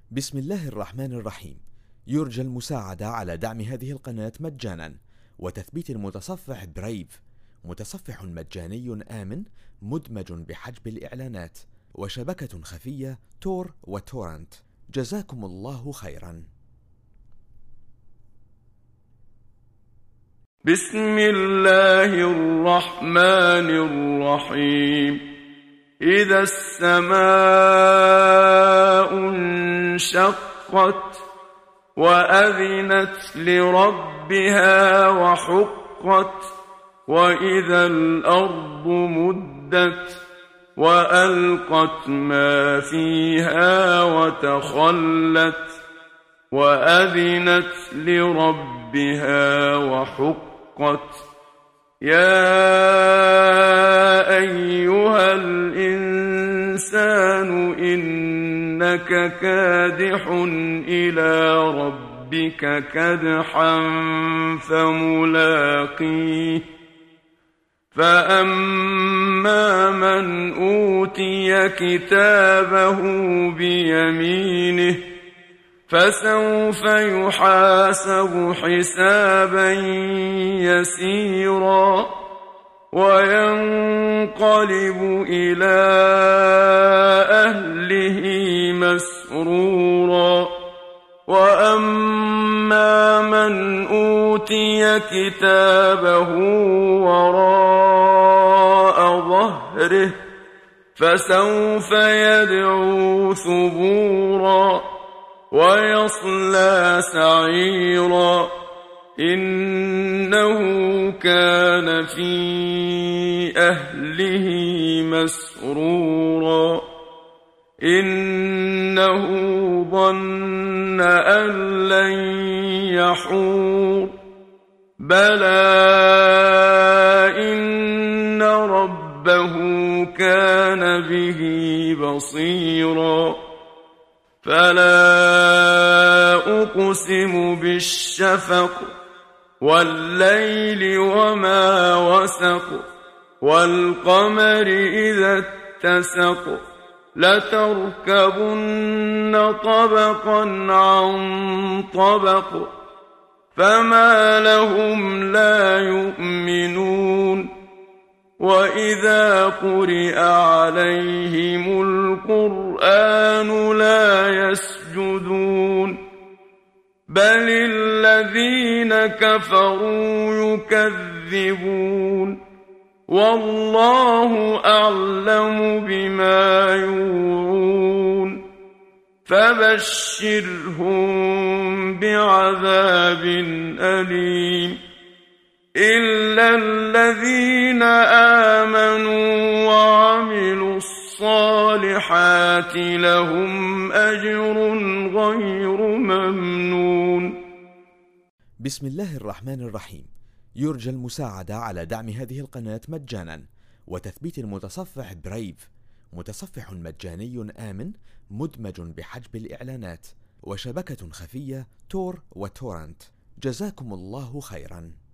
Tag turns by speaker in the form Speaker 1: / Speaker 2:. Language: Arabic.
Speaker 1: بسم الله الرحمن الرحيم. يرجى المساعدة على دعم هذه القناة مجانا وتثبيت المتصفح برايف، متصفح مجاني آمن مدمج بحجب الإعلانات وشبكة خفية تور وتورنت. جزاكم الله خيرا.
Speaker 2: بسم الله الرحمن الرحيم. إذا السماء انشقت وأذنت لربها وحقت وإذا الأرض مدت وألقت ما فيها وتخلت وأذنت لربها وحقت. يا أيها الإنسان إنك كادح إلى ربك كدحا فملاقيه. فأما من أوتي كتابه بيمينه فسوف يحاسب حسابا يسيرا وينقلب إلى أهله مسرورا. وأما من أوتي كتابه وراء ظهره فسوف يدعو ثبورا ويصلى سعيرا. إنه كان في أهله مسرورا. إنه ظن أن لن يحور. بلى إن ربه كان به بصيرا. فلا أقسم بالشفق والليل وما وسق والقمر إذا اتسق. لتركبن طبقا عن طبق فما لهم لا يؤمنون. وإذا قرئ عليهم القرآن لا يسجدون بل الذين كفروا يكذبون. والله أعلم بما يوعون. فبشرهم بعذاب أليم إلا الذين آمنوا وعملوا الصالحات لهم أجر غير ممنون.
Speaker 1: بسم الله الرحمن الرحيم. يرجى المساعدة على دعم هذه القناة مجانا وتثبيت المتصفح برايف، متصفح مجاني آمن مدمج بحجب الإعلانات وشبكة خفية تور وتورنت. جزاكم الله خيرا.